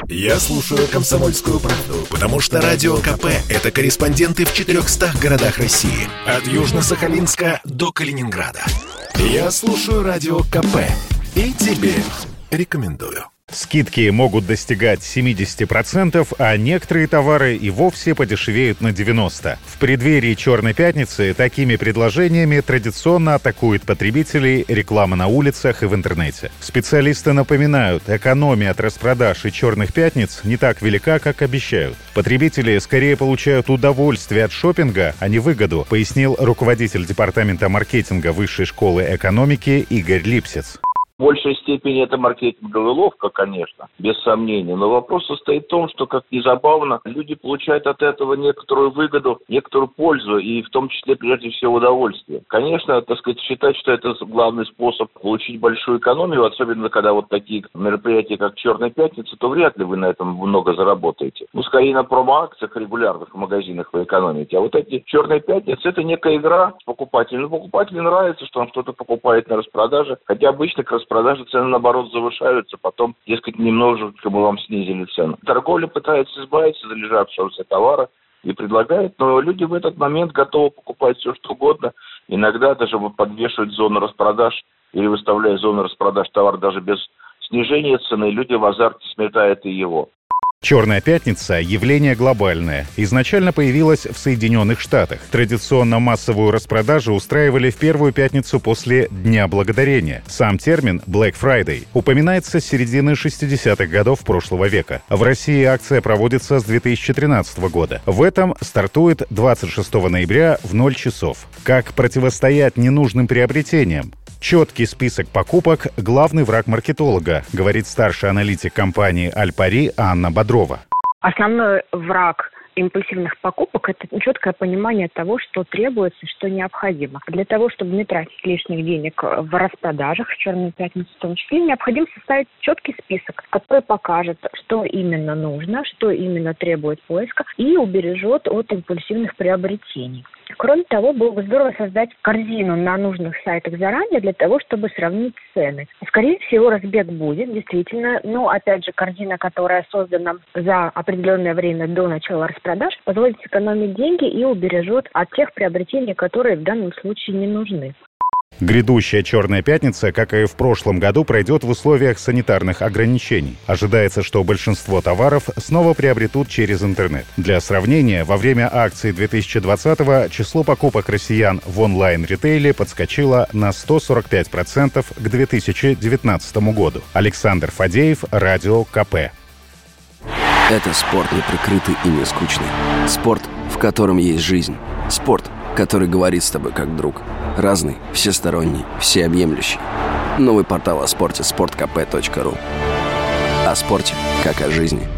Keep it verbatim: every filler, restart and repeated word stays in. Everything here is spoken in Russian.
Я слушаю «Комсомольскую правду», потому что Радио КП – это корреспонденты в четырехстах городах России. От Южно-Сахалинска до Калининграда. Я слушаю Радио КП и тебе рекомендую. Скидки могут достигать семьдесят процентов, а некоторые товары и вовсе подешевеют на девяносто процентов. В преддверии Черной пятницы такими предложениями традиционно атакуют потребителей реклама на улицах и в интернете. Специалисты напоминают, экономия от распродаж и Черных пятниц не так велика, как обещают. Потребители скорее получают удовольствие от шопинга, а не выгоду, пояснил руководитель департамента маркетинга Высшей школы экономики Игорь Липсец. В большей степени это маркетинговая уловка, конечно, без сомнения. Но вопрос состоит в том, что, как ни забавно, люди получают от этого некоторую выгоду, некоторую пользу и в том числе, прежде всего, удовольствие. Конечно, так сказать, считать, что это главный способ получить большую экономию, особенно когда вот такие мероприятия, как Черная пятница, то вряд ли вы на этом много заработаете. Ну, скорее на промо-акциях регулярных в магазинах вы экономите. А вот эти Черная пятница – это некая игра с покупателем. Ну, покупателю нравится, что он что-то покупает на распродаже, хотя обычно к распродаже цены, наоборот, завышаются, потом, дескать, немножечко мы вам снизили цену. Торговля пытается избавиться от залежавшегося товара и предлагает, но люди в этот момент готовы покупать все, что угодно. Иногда даже подвешивать зону распродаж или выставляя зону распродаж товар даже без снижения цены, люди в азарте сметают и его. Черная пятница – явление глобальное. Изначально появилась в Соединенных Штатах. Традиционно массовую распродажу устраивали в первую пятницу после Дня Благодарения. Сам термин Black Friday упоминается с середины шестидесятых годов прошлого века. В России акция проводится с две тысячи тринадцатого года. В этом стартует двадцать шестого ноября в ноль часов. Как противостоять ненужным приобретениям? Четкий список покупок – главный враг маркетолога, говорит старший аналитик компании «Альпари» Анна Бодрова. Основной враг импульсивных покупок – это четкое понимание того, что требуется, что необходимо. Для того, чтобы не тратить лишних денег в распродажах, в Черную пятницу в том числе, необходимо составить четкий список, который покажет, что именно нужно, что именно требует поиска и убережет от импульсивных приобретений. Кроме того, было бы здорово создать корзину на нужных сайтах заранее для того, чтобы сравнить цены. Скорее всего, разбег будет, действительно, но, опять же, корзина, которая создана за определенное время до начала распродаж, позволит сэкономить деньги и убережет от тех приобретений, которые в данном случае не нужны. Грядущая Черная пятница, как и в прошлом году, пройдет в условиях санитарных ограничений. Ожидается, что большинство товаров снова приобретут через интернет. Для сравнения, во время акции две тысячи двадцатого число покупок россиян в онлайн-ритейле подскочило на сто сорок пять процентов к две тысячи девятнадцатому году. Александр Фадеев, Радио КП. Это спорт неприкрытый и не скучный. Спорт, в котором есть жизнь. Спорт, который говорит с тобой как друг. Разный, всесторонний, всеобъемлющий. Новый портал о спорте – спорт кэ пэ точка ру. О спорте, как о жизни.